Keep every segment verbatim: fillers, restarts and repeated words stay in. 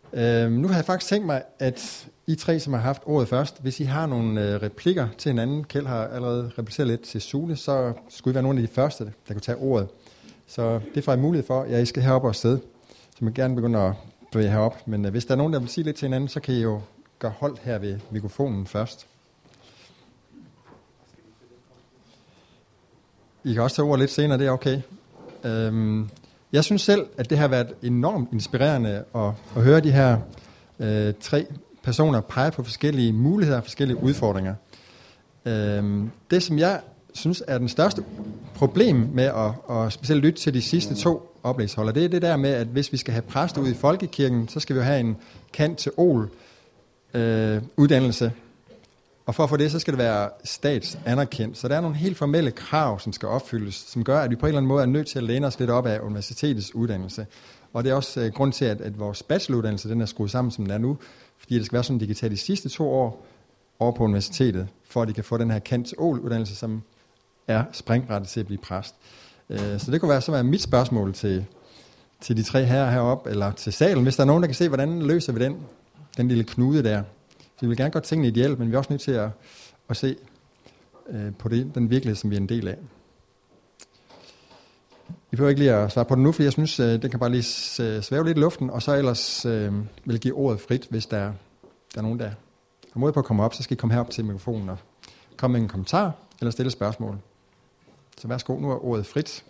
Øh, nu har jeg faktisk tænkt mig, at I tre, som har haft ordet først, hvis I har nogle øh, replikker til hinanden, Kjeld har allerede repliceret lidt til Sune, så skulle I være nogle af de første, der kunne tage ordet. Så det får jeg mulighed for. Ja, I skal herop og sted, så man gerne begynder at bevæge herop. Men øh, hvis der er nogen, der vil sige lidt til hinanden, så kan I jo gøre hold her ved mikrofonen først. I kan også tage ordet lidt senere, det er okay. Øhm, jeg synes selv, at det har været enormt inspirerende at, at høre de her øh, tre personer pege på forskellige muligheder og forskellige udfordringer. Øhm, det, som jeg synes er den største problem med at, at specielt lytte til de sidste to oplægsholder, det er det der med, at hvis vi skal have præster ud i folkekirken, så skal vi jo have en kant til ol øh, uddannelse. Og for at få det, så skal det være statsanerkendt. Så der er nogle helt formelle krav, som skal opfyldes, som gør, at vi på en eller anden måde er nødt til at læne os lidt op af universitetets uddannelse. Og det er også uh, grund til, at, at vores bacheloruddannelse den er skruet sammen, som den er nu, fordi det skal være sådan, at de kan tage de sidste to år over på universitetet, for at de kan få den her kant-til-ol-uddannelse, som er springbrættet til at blive præst. Uh, så det kunne være, så være mit spørgsmål til, til de tre herrer heroppe, eller til salen, hvis der er nogen, der kan se, hvordan løser vi den, den lille knude der. Så vi vil gerne godt tingene ideelt, men vi er også nødt til at, at se øh, på det, den virkelighed, som vi er en del af. Vi behøver ikke lige at svare på det nu, for jeg synes, øh, det kan bare lige svæve lidt i luften, og så ellers øh, vil jeg give ordet frit, hvis der, der er nogen, der har mod på at komme op, så skal I komme herop til mikrofonen og komme med en kommentar eller stille spørgsmål. Så værsgo, nu er ordet frit.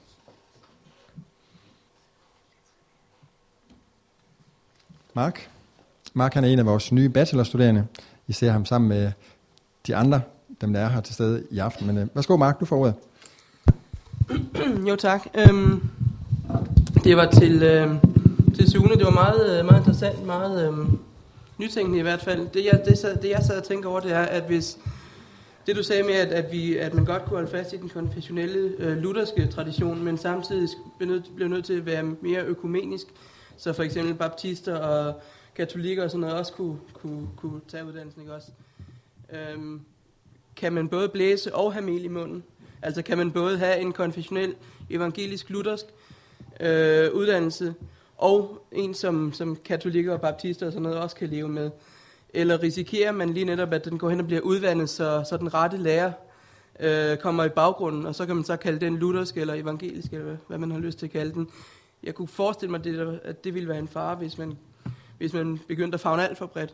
Mark? Mark han er en af vores nye bachelorstuderende. I ser ham sammen med de andre, dem der er her til stede i aften. Men øh, værsgo Mark, du får ordet. Jo tak. Øhm, det var til, øh, til Sune. Det var meget, meget interessant, meget øh, nytænkende i hvert fald. Det jeg, det, det jeg sad og tænker over, det er, at hvis det du sagde med, at, at, vi, at man godt kunne holde fast i den konfessionelle øh, lutherske tradition, men samtidig blev nødt, blev nødt til at være mere økumenisk, så for eksempel baptister og katolikker og sådan noget også kunne, kunne, kunne tage uddannelsen, ikke også? Øhm, kan man både blæse og have mel i munden? Altså kan man både have en konfessionel, evangelisk, luthersk øh, uddannelse, og en som, som katolikker og baptister og sådan noget også kan leve med? Eller risikerer man lige netop, at den går hen og bliver udvandet, så, så den rette lærer øh, kommer i baggrunden, og så kan man så kalde den luthersk eller evangelisk, eller hvad man har lyst til at kalde den. Jeg kunne forestille mig, det, at det ville være en fare, hvis man hvis man begyndte at favne alt for bredt.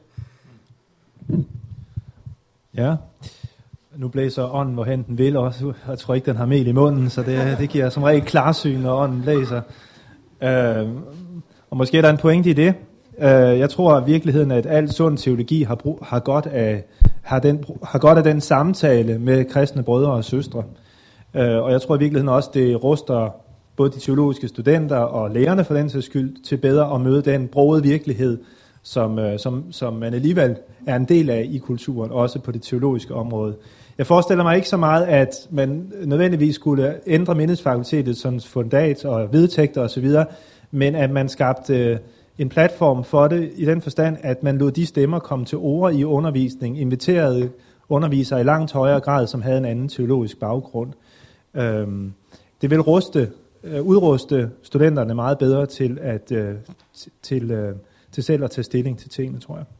Ja, nu blæser ånden, hvorhen den vil også. Jeg tror ikke, den har mel i munden, så det, det giver som regel klarsyn, når ånden blæser. Øh, og måske er der en pointe i det. Øh, jeg tror at virkeligheden, at al sund teologi har, brug, har, godt af, har, den, har godt af den samtale med kristne brødre og søstre. Øh, og jeg tror i virkeligheden også, det ruster både de teologiske studenter og lærerne for den sags skyld, til bedre at møde den brogede virkelighed, som, øh, som, som man alligevel er en del af i kulturen, også på det teologiske område. Jeg forestiller mig ikke så meget, at man nødvendigvis skulle ændre menighedsfakultetet som fundat og vedtægter osv., men at man skabte øh, en platform for det i den forstand, at man lod de stemmer komme til ord i undervisning, inviterede undervisere i langt højere grad, som havde en anden teologisk baggrund. Øh, det vil ruste udruste studenterne meget bedre til at øh, til, øh, til selv at tage stilling til tingene, tror jeg.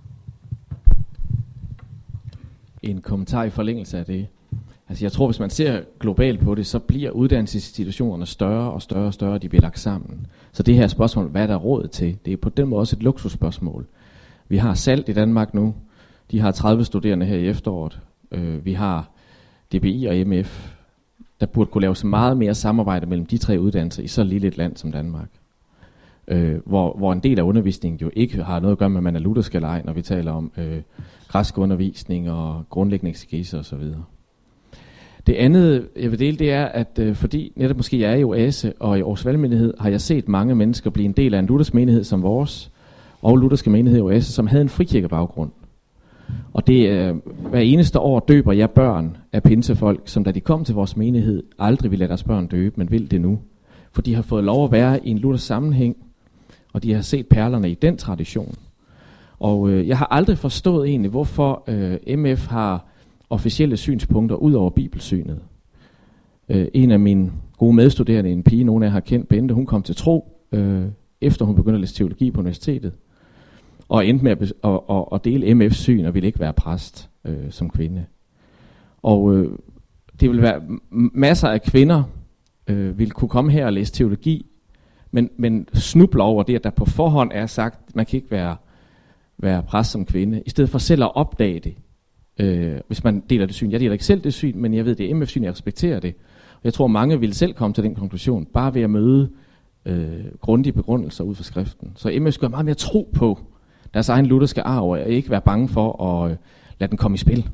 En kommentar i forlængelse af det. Altså jeg tror, hvis man ser globalt på det, så bliver uddannelsesinstitutionerne større og større og større, de bliver lagt sammen. Så det her spørgsmål, hvad er der råd til? Det er på den måde også et luksusspørgsmål. Vi har SALT i Danmark nu. De har tredive studerende her i efteråret. Øh, vi har D B I og M F. Der burde kunne laves meget mere samarbejde mellem de tre uddannelser i så lille et land som Danmark. Øh, hvor, hvor en del af undervisningen jo ikke har noget at gøre med, at man er luthersk eller ej, når vi taler om øh, græsk undervisning og grundlæggende eksegese osv. Det andet, jeg vil dele, det er, at øh, fordi netop måske jeg er i Oase og i Aarhus Valgmenighed, har jeg set mange mennesker blive en del af en luthersk menighed som vores, og lutherske menighed i Oase, som havde en frikirkebaggrund. Og det er, hver eneste år døber jeg børn af pinsefolk, som da de kom til vores menighed, aldrig ville lade deres børn døbe, men vil det nu. For de har fået lov at være i en luthersk sammenhæng, og de har set perlerne i den tradition. Og øh, jeg har aldrig forstået egentlig, hvorfor øh, M F har officielle synspunkter ud over bibelsynet. Øh, en af mine gode medstuderende, en pige, nogen af jer har kendt, Bente, hun kom til tro, øh, efter hun begyndte at læse teologi på universitetet. og endte med at, at, at, at dele M F's syn og ville ikke være præst øh, som kvinde. Og øh, det vil være masser af kvinder øh, vil kunne komme her og læse teologi, men, men snubler over det, at der på forhånd er sagt, at man kan ikke være, være præst som kvinde, i stedet for selv at opdage det, øh, hvis man deler det syn. Jeg deler ikke selv det syn, men jeg ved, det er M F's syn, jeg respekterer det. Og jeg tror, mange vil selv komme til den konklusion, bare ved at møde øh, grundige begrundelser ud fra skriften. Så M F skal meget mere tro på deres egen lutherske arv, og ikke være bange for at øh, lade den komme i spil.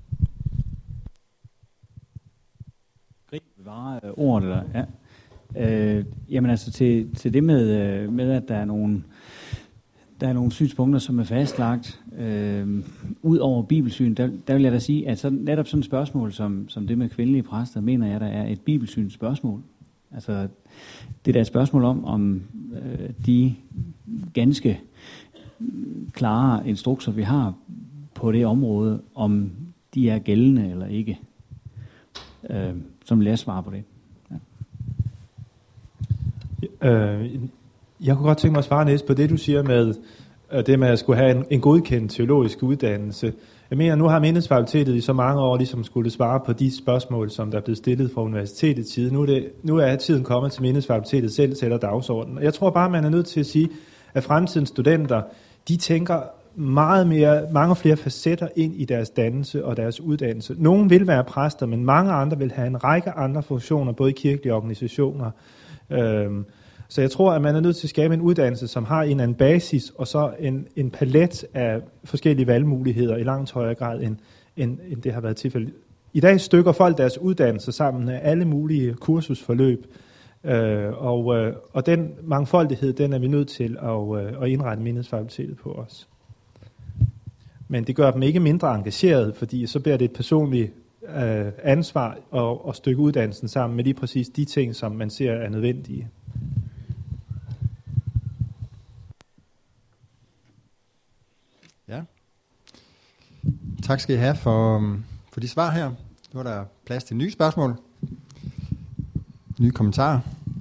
Grib bevare øh, ordet, eller ja. Øh, jamen altså til, til det med, øh, med, at der er nogle, der er nogle synspunkter, som er fastlagt øh, ud over bibelsyn, der, der vil jeg da sige, at så, netop sådan et spørgsmål som, som det med kvindelige præster, mener jeg, der er et bibelsyn spørgsmål. Altså det der er et spørgsmål om, om øh, de ganske klare instrukser, vi har på det område, om de er gældende eller ikke. Øh, som vil jeg svare på det. Øh, jeg kunne godt tænke mig at svare næst på det, du siger med øh, det med at skulle have en, en godkendt teologisk uddannelse. Jeg mener, nu har Menighedsfakultetet i så mange år ligesom skulle svare på de spørgsmål, som der er blevet stillet fra universitetets side. Nu er, det, nu er tiden kommet til Menighedsfakultetet selv sætter dagsordenen. Jeg tror bare, man er nødt til at sige, at fremtidens studenter, de tænker meget mere, mange flere facetter ind i deres dannelse og deres uddannelse. Nogle vil være præster, men mange andre vil have en række andre funktioner, både i kirkelige organisationer. Øhm, så jeg tror, at man er nødt til at skabe en uddannelse, som har en eller anden basis, og så en, en palet af forskellige valgmuligheder i langt højere grad, end, end, end det har været tilfældet. I dag stykker folk deres uddannelse sammen af alle mulige kursusforløb, øh, og, øh, og den mangfoldighed, den er vi nødt til at, øh, at indrette Menighedsfakultetet på os. Men det gør dem ikke mindre engageret, fordi så bliver det et personligt øh, ansvar at, at stykke uddannelsen sammen med lige præcis de ting, som man ser er nødvendige. Ja. Tak skal I have for, for de svar her. Nu er der plads til nye spørgsmål. Nye kommentarer.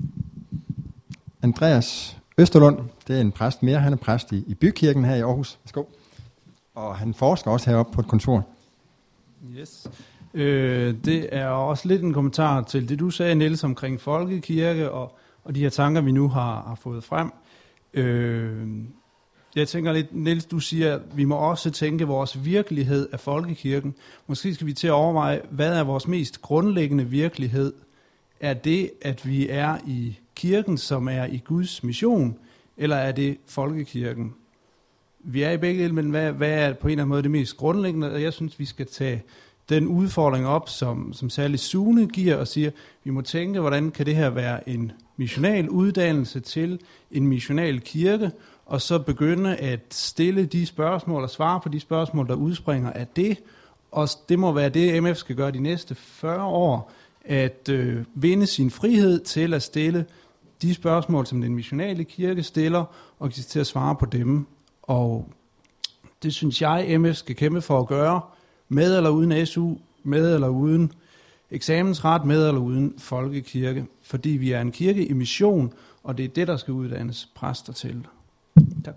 Andreas Østerlund, det er en præst mere. Han er præst i, i Bykirken her i Aarhus. Værsgo. Og han forsker også heroppe på et kontor. Yes. Øh, det er også lidt en kommentar til det, du sagde, Niels, omkring folkekirke og, og de her tanker, vi nu har, har fået frem. Øh, jeg tænker lidt, Niels, du siger, at vi må også tænke vores virkelighed af folkekirken. Måske skal vi til at overveje, hvad er vores mest grundlæggende virkelighed? Er det, at vi er i kirken, som er i Guds mission, eller er det folkekirken? Vi er i begge dele, men hvad, hvad er på en eller anden måde det mest grundlæggende? Og jeg synes, vi skal tage den udfordring op, som, som særligt Sune giver og siger, vi må tænke, hvordan kan det her være en missional uddannelse til en missional kirke, og så begynde at stille de spørgsmål og svare på de spørgsmål, der udspringer af det. Og det må være det, M F skal gøre de næste fyrre år, at øh, vinde sin frihed til at stille de spørgsmål, som den missionale kirke stiller, og til at svare på dem. Og det synes jeg, M F skal kæmpe for at gøre, med eller uden S U, med eller uden eksamensret, med eller uden folkekirke. Fordi vi er en kirke i mission, og det er det, der skal uddannes præster til. Tak.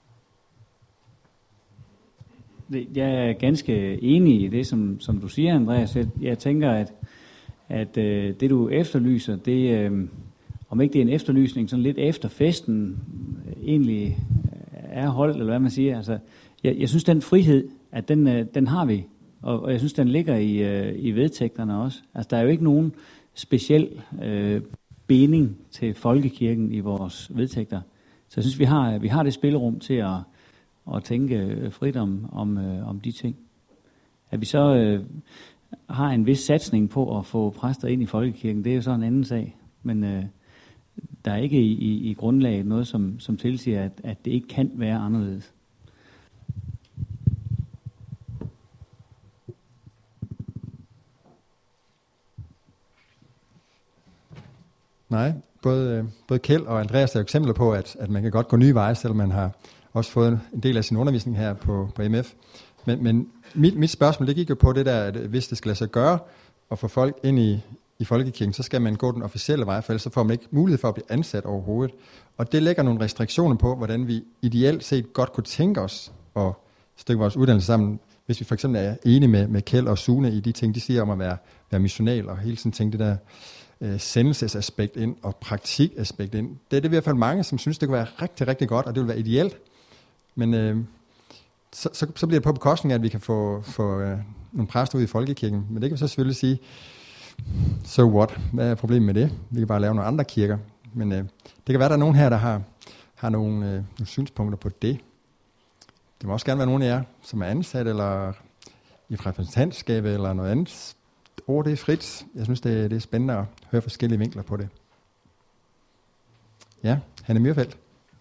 Jeg er ganske enig i det, som, som du siger, Andreas. Jeg, jeg tænker, at, at øh, det, du efterlyser, det, øh, om ikke det er en efterlysning, sådan lidt efter festen, øh, egentlig er holdt, eller hvad man siger. Altså, jeg, jeg synes, den frihed, at den, øh, den har vi, og, og jeg synes, den ligger i, øh, i vedtægterne også. Altså, der er jo ikke nogen speciel øh, binding til folkekirken i vores vedtægter. Så jeg synes, vi har, vi har det spillerum til at, at tænke frit om, om, øh, om de ting. At vi så øh, har en vis satsning på at få præster ind i folkekirken, det er jo så en anden sag. Men øh, der er ikke i, i, i grundlaget noget, som, som tilsiger, at, at det ikke kan være anderledes. Nej, både, både Kjeld og Andreas er eksempler på, at, at man kan godt gå nye veje, selvom man har også fået en del af sin undervisning her på, på M F. Men, men mit, mit spørgsmål, det gik jo på det der, at hvis det skal lade sig gøre at få folk ind i, i folkekirken, så skal man gå den officielle vej, for ellers så får man ikke mulighed for at blive ansat overhovedet. Og det lægger nogle restriktioner på, hvordan vi ideelt set godt kunne tænke os at stykke vores uddannelse sammen, hvis vi for eksempel er enige med, med Kjeld og Sune i de ting, de siger om at være, være missional, og hele tiden tænke det der øh, sendelsesaspekt ind, og praktikaspekt ind. Det er det i hvert fald mange, som synes, det kunne være rigtig, rigtig godt, og det vil være ideelt. Men øh, så, så, så bliver det på bekostning af, at vi kan få, få øh, nogle præster ud i folkekirken. Men det kan vi så selvfølgelig sige, so what? Hvad er problemet med det? Vi kan bare lave nogle andre kirker. Men øh, det kan være, der er nogen her, der har, har nogle, øh, nogle synspunkter på det. Det må også gerne være nogen af jer, som er ansat, eller i repræsentantskabet, eller noget andet. Ord, det er frit. Jeg synes, det er, det er spændende at høre forskellige vinkler på det. Ja, Hanne Myrfeldt.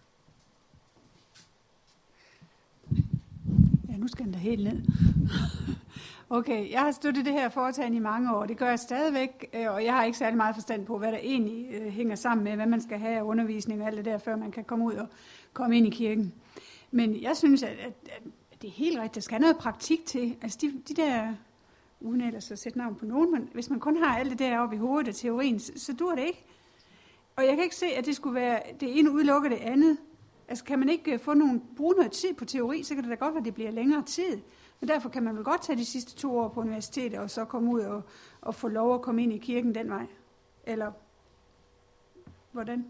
Ja, nu skal den da helt ned. Okay, jeg har støttet det her foretagende i mange år. Det gør jeg stadigvæk, og jeg har ikke særlig meget forstand på, hvad der egentlig hænger sammen med, hvad man skal have af undervisning og alt det der, før man kan komme ud og komme ind i kirken. Men jeg synes, at, at, at det er helt rigtigt. Der skal noget praktik til. Altså de, de der, uden ellers at sætte navn på nogen, men hvis man kun har alt det der oppe i hovedet af teorien, så, så dur det ikke. Og jeg kan ikke se, at det skulle være det ene udelukker det andet. Altså kan man ikke få nogen, bruge noget tid på teori, så kan det da godt være, at det bliver længere tid. Men derfor kan man vel godt tage de sidste to år på universitetet, og så komme ud og, og få lov at komme ind i kirken den vej. Eller hvordan?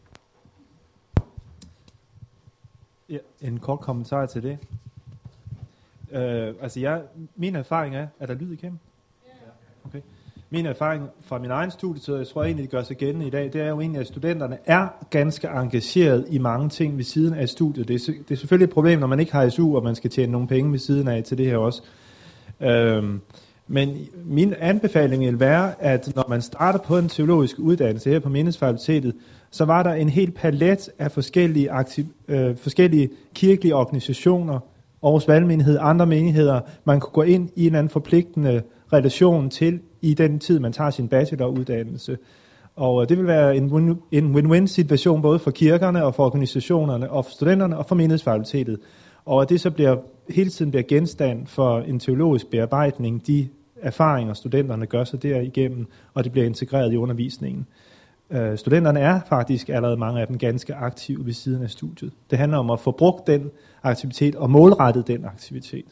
Ja, en kort kommentar til det. Øh, altså jeg, min erfaring er, er der lyd igennem? Okay. Min erfaring fra min egen studie, så jeg tror egentlig, det gør sig gældende i dag, det er jo egentlig, at studenterne er ganske engageret i mange ting ved siden af studiet. Det er, det er selvfølgelig et problem, når man ikke har S U, og man skal tjene nogle penge ved siden af til det her også. Øhm, men min anbefaling vil være, at når man starter på en teologisk uddannelse her på Menighedsfakultetet, så var der en hel palet af forskellige, aktiv, øh, forskellige kirkelige organisationer, Aarhus Valgmenighed, andre menigheder, man kunne gå ind i en anden forpligtende relation til i den tid, man tager sin bacheloruddannelse. Og det vil være en win-win situation både for kirkerne og for organisationerne og for studenterne og for menighedsfakultetet. Og at det så bliver, hele tiden bliver genstand for en teologisk bearbejdning, de erfaringer studenterne gør sig derigennem, og det bliver integreret i undervisningen. Uh, studenterne er faktisk allerede mange af dem ganske aktive ved siden af studiet. Det handler om at få brugt den aktivitet og målrettet den aktivitet.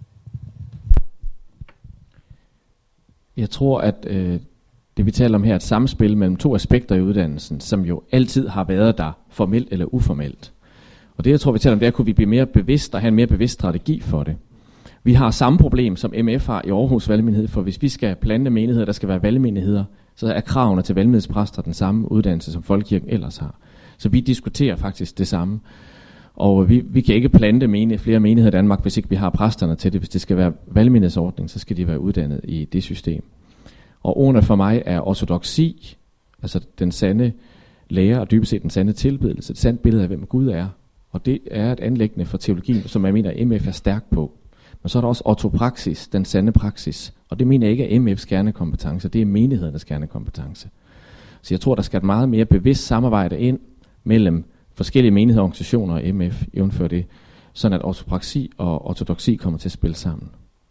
Jeg tror, at øh, det vi taler om her er et samspil mellem to aspekter i uddannelsen, som jo altid har været der, formelt eller uformelt. Og det jeg tror, vi taler om, det er, at kunne vi blive mere bevidst og have en mere bevidst strategi for det. Vi har samme problem, som M F har i Aarhus Valgmenighed, for hvis vi skal plante menigheder, der skal være valgmenigheder, så er kravene til valgmenighedspræster den samme uddannelse, som Folkekirken ellers har. Så vi diskuterer faktisk det samme. Og vi, vi kan ikke plante menige, flere menigheder i Danmark, hvis ikke vi har præsterne til det. Hvis det skal være valgmenighedsordning, så skal de være uddannet i det system. Og ordene for mig er ortodoksi, altså den sande lære og dybest set den sande tilbedelse, et sandt billede af, hvem Gud er. Og det er et anliggende for teologien, som jeg mener, M F er stærk på. Men så er der også ortopraksis, den sande praksis. Og det mener jeg ikke er M F's kernekompetence, det er menighedernes kernekompetence. Så jeg tror, der skal et meget mere bevidst samarbejde ind mellem forskellige menigheder og organisationer og M F, jævnfør det, sådan at ortopraksi og ortodoksi kommer til at spille sammen.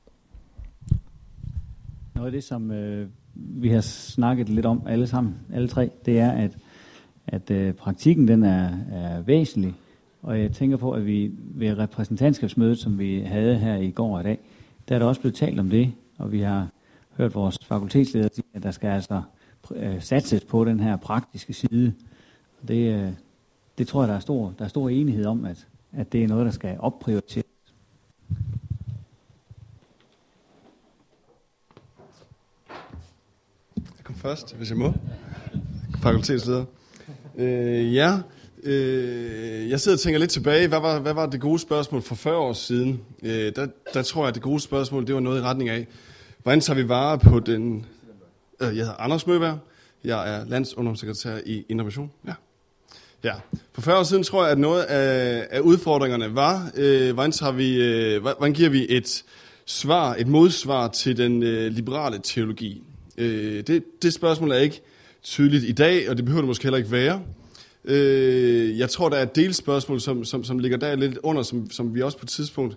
Noget af det, som øh, vi har snakket lidt om alle sammen, alle tre, det er, at, at øh, praktikken den er, er væsentlig. Og jeg tænker på, at vi ved repræsentantskabsmødet, som vi havde her i går og i dag, der er der også blevet talt om det, og vi har hørt vores fakultetsleder sige, at der skal altså øh, satses på den her praktiske side. Og det, øh, det tror jeg, der er stor, der er stor enighed om, at, at det er noget, der skal opprioriteres. Jeg kom først, hvis jeg må. Fakultetsleder. Øh, ja, øh, jeg sidder og tænker lidt tilbage. Hvad var, hvad var det gode spørgsmål for fyrre år siden? Øh, der, der tror jeg, at det gode spørgsmål, det var noget i retning af, hvordan tager vi vare på den... Øh, jeg hedder Anders Møberg. Jeg er landsungdomssekretær i Innovation. Ja. Ja, for fyrre år siden tror jeg, at noget af, af udfordringerne var, øh, hvordan, tager vi, øh, hvordan giver vi et svar, et modsvar til den øh, liberale teologi. Øh, det, det spørgsmål er ikke tydeligt i dag, og det behøver det måske heller ikke være. Øh, jeg tror, der er et delspørgsmål, som, som, som ligger der lidt under, som, som vi også på et tidspunkt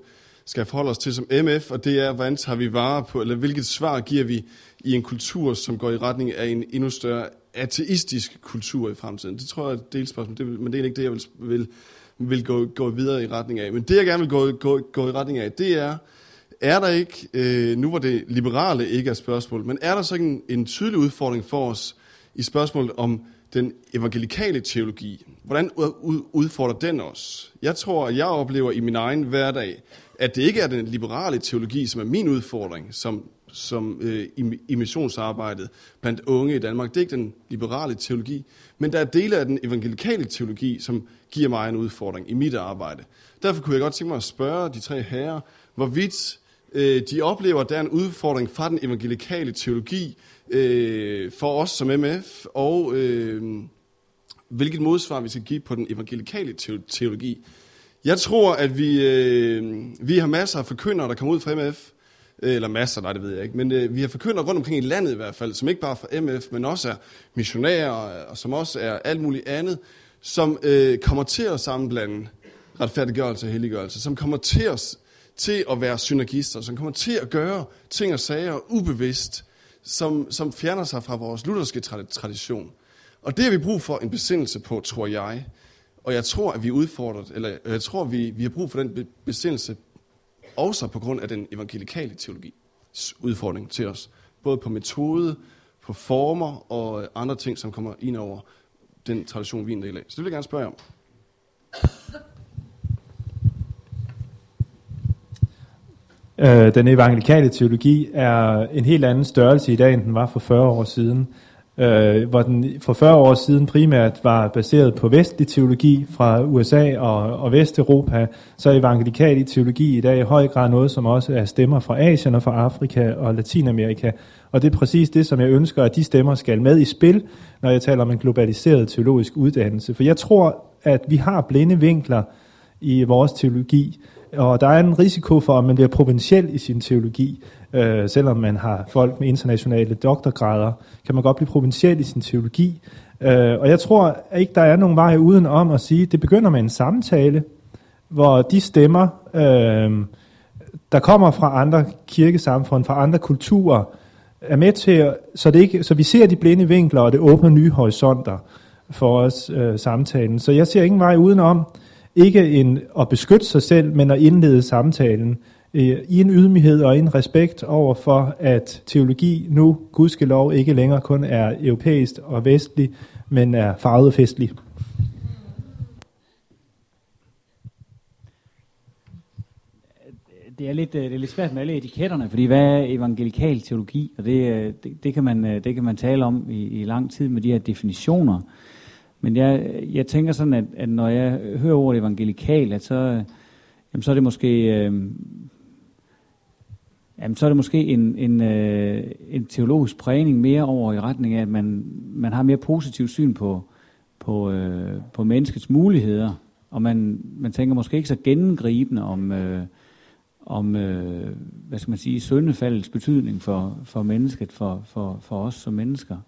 skal forholde os til som M F, og det er, hvordan tager vi vare på, eller hvilket svar giver vi i en kultur, som går i retning af en endnu større ateistisk kultur i fremtiden. Det tror jeg er et delspørgsmål, det, men det er ikke det, jeg vil, vil, vil gå, gå videre i retning af. Men det, jeg gerne vil gå, gå, gå i retning af, det er, er der ikke, øh, nu var det liberale ikke er spørgsmål, men er der så en, en tydelig udfordring for os i spørgsmålet om den evangelikale teologi? Hvordan udfordrer den os? Jeg tror, at jeg oplever i min egen hverdag, at det ikke er den liberale teologi, som er min udfordring, som, som øh, i, i missionsarbejdet blandt unge i Danmark. Det er ikke den liberale teologi, men der er dele af den evangelikale teologi, som giver mig en udfordring i mit arbejde. Derfor kunne jeg godt tænke mig at spørge de tre herrer, hvorvidt øh, de oplever, at der er en udfordring fra den evangelikale teologi øh, for os som M F, og øh, hvilket modsvar vi skal give på den evangelikale teologi. Jeg tror, at vi, øh, vi har masser af forkyndere, der kommer ud fra M F, eller masser, nej, det ved jeg ikke, men øh, vi har forkyndere rundt omkring i landet i hvert fald, som ikke bare er fra M F, men også er missionærer, og som også er alt muligt andet, som øh, kommer til at sammenblande retfærdiggørelse og helliggørelse, som kommer til os til at være synergister, som kommer til at gøre ting og sager ubevidst, som, som fjerner sig fra vores lutherske tradition. Og det har vi brug for en besindelse på, tror jeg. Og jeg tror, at vi er udfordret, eller jeg tror, at vi, vi har brug for den besindelse, også på grund af den evangelikale teologis udfordring til os. Både på metode, på former og andre ting, som kommer ind over den tradition, vi er en del af. Så det vil jeg gerne spørge jer om. Øh, den evangelikale teologi er en helt anden størrelse i dag, end den var for fyrre år siden. Øh, hvor den for fyrre år siden primært var baseret på vestlig teologi fra U S A og, og Vesteuropa, så er evangelikal teologi i dag i høj grad noget, som også er stemmer fra Asien og fra Afrika og Latinamerika. Og det er præcis det, som jeg ønsker, at de stemmer skal med i spil, når jeg taler om en globaliseret teologisk uddannelse. For jeg tror, at vi har blinde vinkler i vores teologi, og der er en risiko for, at man bliver provinciel i sin teologi. Øh, selvom man har folk med internationale doktorgrader, kan man godt blive provinciel i sin teologi. Øh, og jeg tror ikke, der er nogen vej uden om at sige, at det begynder med en samtale, hvor de stemmer, øh, der kommer fra andre kirkesamfund, fra andre kulturer, er med til, så, det ikke, så vi ser de blinde vinkler, og det åbner nye horisonter for os øh, samtalen. Så jeg ser ingen vej udenom, ikke en, at beskytte sig selv, men at indlede samtalen øh, i en ydmyghed og en respekt over for, at teologi nu, gudskelov, ikke længere kun er europæisk og vestlig, men er farvet og festlig. Det er lidt, det er lidt svært med alle etiketterne, fordi hvad er evangelikal teologi? Og det, det, det, kan, man, det kan man tale om i, i lang tid med de her definitioner. Men jeg, jeg tænker sådan, at, at når jeg hører ordet evangelikal, at så, jamen, så er det måske, øh, jamen, så er det måske en, en, øh, en teologisk prægning mere over i retning af, at man, man har mere positivt syn på, på, øh, på menneskets muligheder, og man, man tænker måske ikke så gennemgribende om, øh, om øh, hvad skal man sige, syndefaldets betydning for, for mennesket, for, for, for os som mennesker.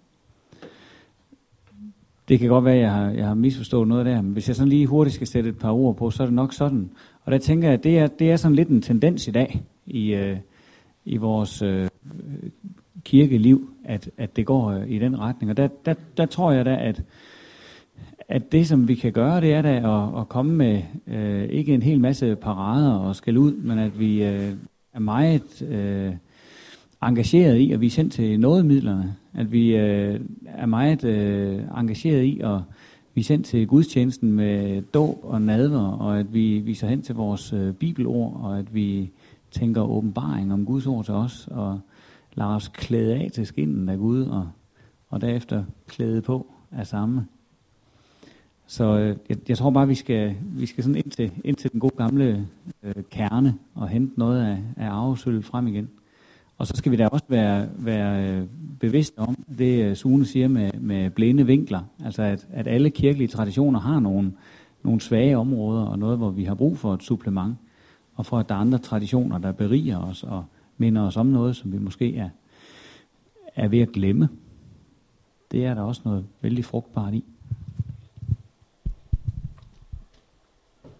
Det kan godt være, at jeg har, jeg har misforstået noget der, men hvis jeg sådan lige hurtigt skal sætte et par ord på, så er det nok sådan. Og der tænker jeg, at det er, det er sådan lidt en tendens i dag i, øh, i vores øh, kirkeliv, at, at det går øh, i den retning. Og der, der, der tror jeg da, at, at det som vi kan gøre, det er da at, at komme med øh, ikke en hel masse parader og skælde ud, men at vi øh, er meget øh, engageret i at vise hen til nådemidlerne. At vi øh, er meget øh, engageret i at vise hen til gudstjenesten med dåb og nadver, og at vi viser hen til vores øh, bibelord, og at vi tænker åbenbaring om Guds ord til os, og lader os klæde af til skinnen af Gud, og, og derefter klæde på af samme. Så øh, jeg, jeg tror bare, vi skal, vi skal sådan ind til, ind til den gode gamle øh, kerne, og hente noget af, af arvesølv frem igen. Og så skal vi da også være, være bevidste om det, Sune siger med, med blinde vinkler. Altså at, at alle kirkelige traditioner har nogle, nogle svage områder, og noget, hvor vi har brug for et supplement. Og for at der er andre traditioner, der beriger os og minder os om noget, som vi måske er, er ved at glemme. Det er der også noget vældig frugtbart i.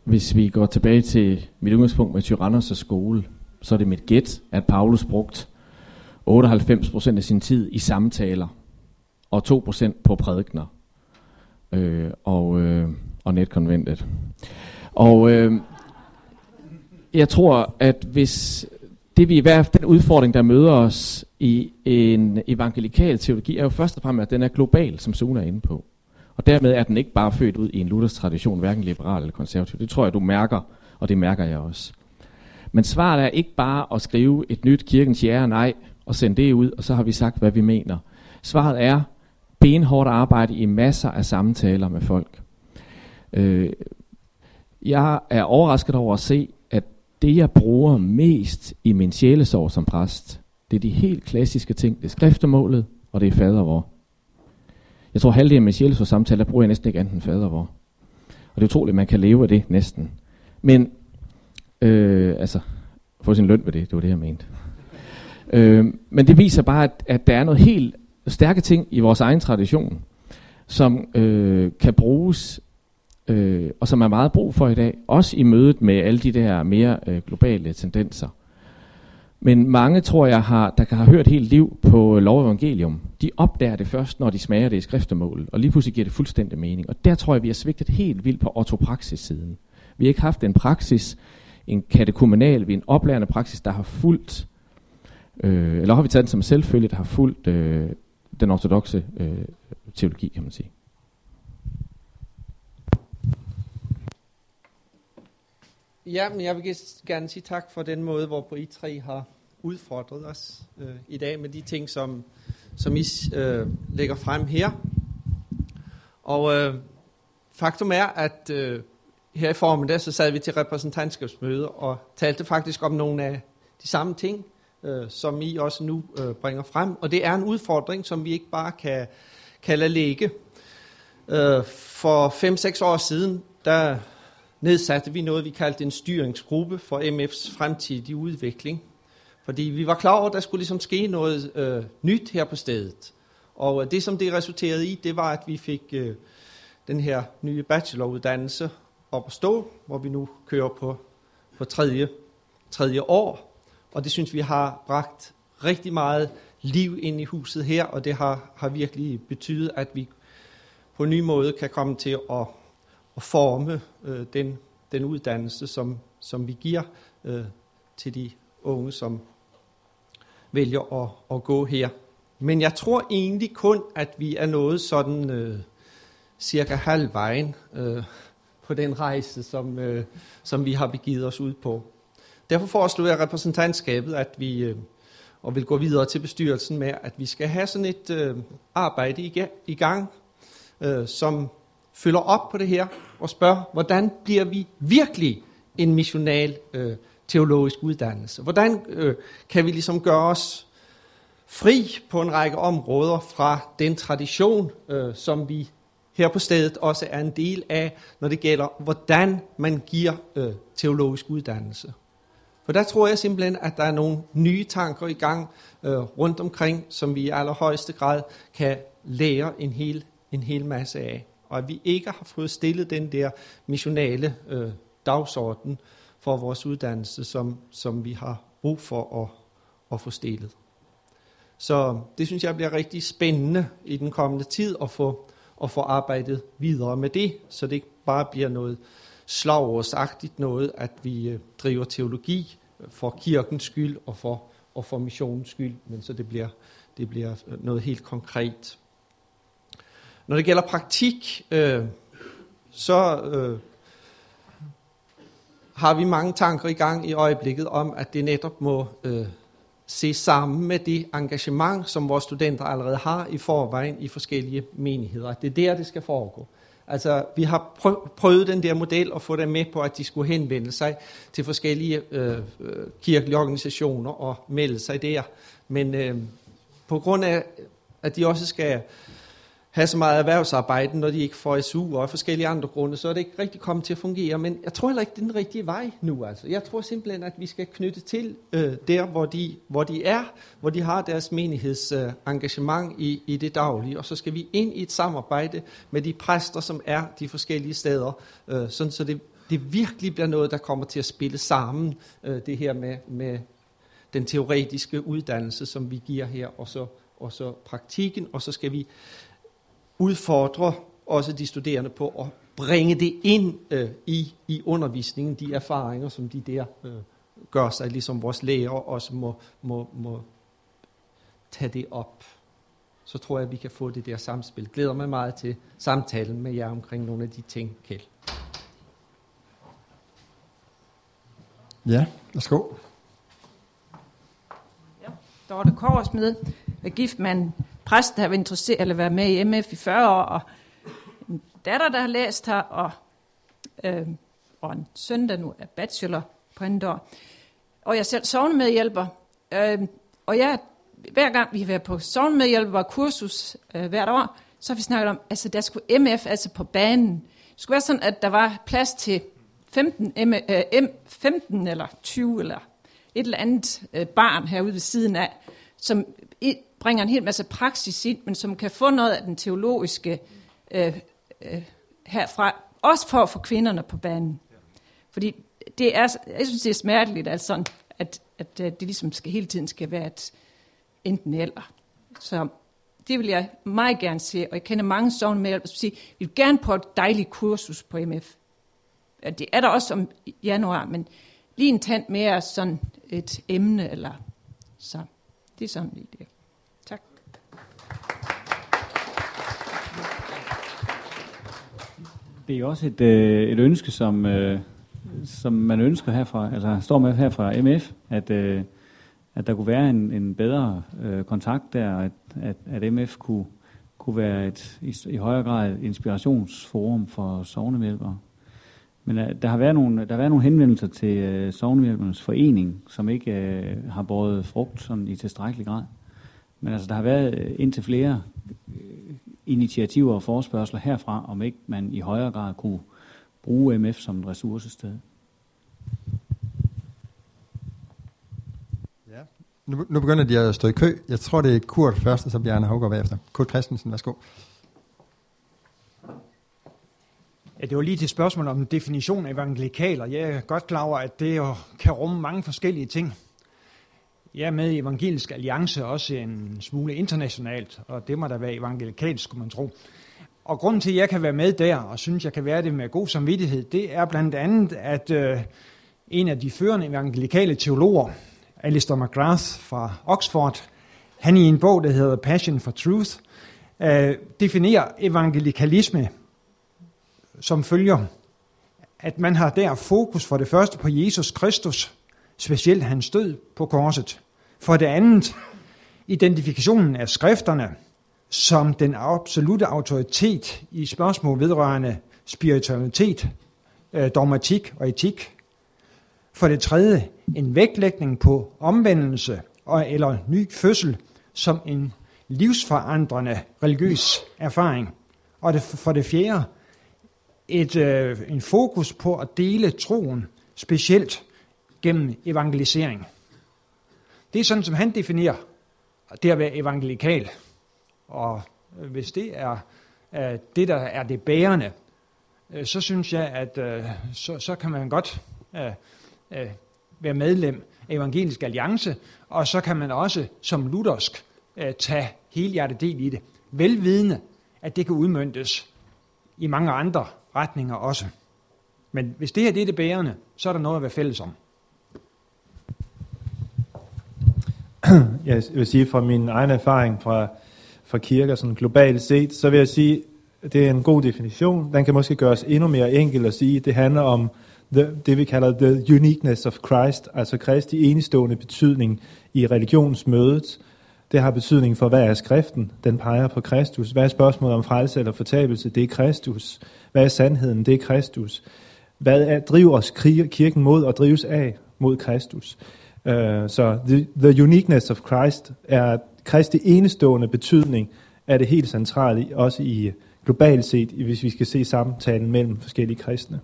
hvis vi går tilbage til mit udgangspunkt med Tyrannus og skole, så er det mit gæt, at Paulus brugt otteoghalvfems procent af sin tid i samtaler, og to procent på prædikener, øh, og, øh, og netkonventet. Og øh, jeg tror, at hvis det vi i hvert fald den udfordring, der møder os i en evangelikal teologi, er jo først og fremmest, at den er global, som Sune er inde på. Og dermed er den ikke bare født ud i en Luthers tradition, hverken liberal eller konservativ. Det tror jeg, du mærker, og det mærker jeg også. Men svaret er ikke bare at skrive et nyt kirkens ja og nej, og sende det ud, og så har vi sagt, hvad vi mener. Svaret er benhårdt arbejde i masser af samtaler med folk. Øh, jeg er overrasket over at se, at det jeg bruger mest i min sjælesorg som præst, det er de helt klassiske ting. Det er skriftemålet, og det er fadervor. Jeg tror halvdelen af min sjælesorgssamtaler, der bruger jeg næsten ikke andet end fadervor. Og det er utroligt, at man kan leve af det næsten. Men, øh, altså, få sin løn ved det, det var det, jeg mente. øh, men det viser bare, at, at der er noget helt stærke ting i vores egen tradition, som øh, kan bruges, øh, og som er meget brug for i dag, også i mødet med alle de der mere øh, globale tendenser. Men mange, tror jeg, har, der kan have hørt helt liv på lov og evangelium, de opdager det først, når de smager det i skriftemålet, og lige pludselig giver det fuldstændig mening. Og der tror jeg, vi har svigtet helt vildt på ortopraksis-siden. Vi har ikke haft en praksis, en katekumenal, en oplærende praksis, der har fulgt, øh, eller har vi taget den som selvfølge, der har fulgt øh, den ortodokse øh, teologi, kan man sige. Ja, men jeg vil gerne sige tak for den måde, hvorpå I tre har udfordret os øh, i dag med de ting, som, som I øh, lægger frem her. Og øh, faktum er, at øh, her i formiddag, så sad vi til repræsentantskabsmøde og talte faktisk om nogle af de samme ting, øh, som I også nu øh, bringer frem. Og det er en udfordring, som vi ikke bare kan, kan lade ligge. Øh, for fem seks år siden, der nedsatte vi noget, vi kaldte en styringsgruppe for M F's fremtidige udvikling. Fordi vi var klar over, at der skulle ligesom ske noget øh, nyt her på stedet. Og øh, det, som det resulterede i, det var, at vi fik øh, den her nye bacheloruddannelse op at stå, hvor vi nu kører på, på tredje, tredje år. Og det synes vi har bragt rigtig meget liv ind i huset her, og det har, har virkelig betydet, at vi på en ny måde kan komme til at og forme øh, den, den uddannelse, som, som vi giver øh, til de unge, som vælger at, at gå her. Men jeg tror egentlig kun, at vi er nået sådan øh, cirka halvvejen øh, på den rejse, som, øh, som vi har begivet os ud på. Derfor foreslår jeg repræsentantskabet, at vi øh, og vil gå videre til bestyrelsen med, at vi skal have sådan et øh, arbejde i, i gang, øh, som følger op på det her og spørger, hvordan bliver vi virkelig en missional øh, teologisk uddannelse? Hvordan øh, kan vi ligesom gøre os fri på en række områder fra den tradition, øh, som vi her på stedet også er en del af, når det gælder, hvordan man giver øh, teologisk uddannelse? For der tror jeg simpelthen, at der er nogle nye tanker i gang øh, rundt omkring, som vi i allerhøjeste grad kan lære en hel, en hel masse af. Og at vi ikke har fået stillet den der missionale øh, dagsorden for vores uddannelse, som, som vi har brug for at, at få stillet. Så det synes jeg bliver rigtig spændende i den kommende tid at få, at få arbejdet videre med det, så det ikke bare bliver noget slagordsagtigt noget, at vi øh, driver teologi for kirkens skyld og for, og for missionens skyld, men så det bliver, det bliver noget helt konkret. Når det gælder praktik, øh, så øh, har vi mange tanker i gang i øjeblikket om, at det netop må øh, se sammen med det engagement, som vores studenter allerede har i forvejen i forskellige menigheder. Det er der, det skal foregå. Altså, vi har prøvet den der model og få dem med på, at de skulle henvende sig til forskellige øh, kirkelige organisationer og melde sig der. Men øh, på grund af, at de også skal have så meget erhvervsarbejde, når de ikke får S U og forskellige andre grunde, så er det ikke rigtig kommet til at fungere. Men jeg tror heller ikke, det er den rigtige vej nu. Altså. Jeg tror simpelthen, at vi skal knytte til øh, der, hvor de, hvor de er, hvor de har deres menighedsengagement øh, i, i det daglige, og så skal vi ind i et samarbejde med de præster, som er de forskellige steder, øh, sådan så det det virkelig bliver noget, der kommer til at spille sammen, øh, det her med, med den teoretiske uddannelse, som vi giver her, og så, og så praktikken, og så skal vi udfordre også de studerende på at bringe det ind øh, i, i undervisningen, de erfaringer, som de der øh, gør sig, ligesom vores lærer også må, må, må tage det op. Så tror jeg, at vi kan få det der samspil. Glæder mig meget til samtalen med jer omkring nogle af de ting, Kjeld. Ja, værsgo. Ja, Dorte Korsmed er gift med en præst, der har været interesseret eller været med i M F i fyrre år, og en datter, der har læst her, og, øh, og en søn, der nu er bachelor på andet år. Og jeg selv sognemedhjælper, øh, og jeg, hver gang vi har været på sognemedhjælper kursus øh, hvert år, så har vi snakket om, altså der skulle M F altså på banen. Det skulle være sådan, at der var plads til femten, M, øh, M, femten eller tyve eller et eller andet øh, barn herude ved siden af, som i, bringer en hel masse praksis ind, men som kan få noget af den teologiske øh, øh, herfra, også for at få kvinderne på banen. Fordi det er, jeg synes, det er smerteligt, altså, at, at det ligesom skal, hele tiden skal være et enten eller. Så det vil jeg meget gerne se, og jeg kender mange sognemedhjælpere, som siger, vi vil gerne på et dejligt kursus på M F. Det er der også om januar, men lige en tand mere sådan et emne, eller så. Det er sådan lige det. Tak. Det er også et, øh, et ønske, som, øh, som man ønsker herfra, altså står med her fra M F, at, øh, at der kunne være en, en bedre øh, kontakt der, at, at, at M F kunne, kunne være et, i, i højere grad et inspirationsforum for sognemedhjælpere. Men uh, der har været nogle, der har været nogle henvendelser til uh, Sognemedhjælpernes Forening, som ikke uh, har båret frugt sådan i tilstrækkelig grad. Men altså, der har været uh, indtil flere uh, initiativer og forespørgsler herfra, om ikke man i højere grad kunne bruge M F som et ressourcested. Ja. Nu, nu begynder de at stå i kø. Jeg tror, det er Kurt først, og så Bjarne Haugaard bagefter. Kurt Christensen, værsgo. Ja, det var lige til spørgsmål om definition af evangelikaler. Jeg er godt klar over, at det jo kan rumme mange forskellige ting. Jeg er med i Evangelisk Alliance, også en smule internationalt, og det må da være evangelikalsk, skulle man tro. Og grunden til, at jeg kan være med der, og synes, jeg kan være det med god samvittighed, det er blandt andet, at øh, en af de førende evangelikale teologer, Alistair McGrath fra Oxford, han i en bog, der hedder Passion for Truth, øh, definerer evangelikalisme som følger, at man har der fokus for det første på Jesus Kristus, specielt hans død på korset. For det andet, identifikationen af skrifterne som den absolute autoritet i spørgsmål vedrørende spiritualitet, dogmatik og etik. For det tredje, en vægtlægning på omvendelse og eller ny fødsel som en livsforandrende religiøs erfaring. Og det, for det fjerde, Et, øh, en fokus på at dele troen, specielt gennem evangelisering. Det er sådan, som han definerer det at være evangelikal. Og øh, hvis det er øh, det, der er det bærende, øh, så synes jeg, at øh, så, så kan man godt øh, øh, være medlem af Evangelisk Alliance, og så kan man også som luthersk øh, tage helhjertet del i det, velvidende, at det kan udmøntes i mange andre retninger også. Men hvis det her det er det bærende, så er der noget at være fælles om. Jeg vil sige fra min egen erfaring fra, fra kirker sådan globalt set, så vil jeg sige, at det er en god definition. Den kan måske gøres endnu mere enkel at sige. Det handler om the, det, vi kalder the uniqueness of Christ, altså Kristi enestående betydning i religionsmødet. Det har betydning for, hvad er skriften? Den peger på Kristus. Hvad er spørgsmålet om frelse eller fortabelse? Det er Kristus. Hvad er sandheden? Det er Kristus. Hvad er, driver os kirken mod og drives af mod Kristus? Uh, så the, the uniqueness of Christ er Kristi enestående betydning er det helt centrale, også i globalt set, hvis vi skal se samtalen mellem forskellige kristne.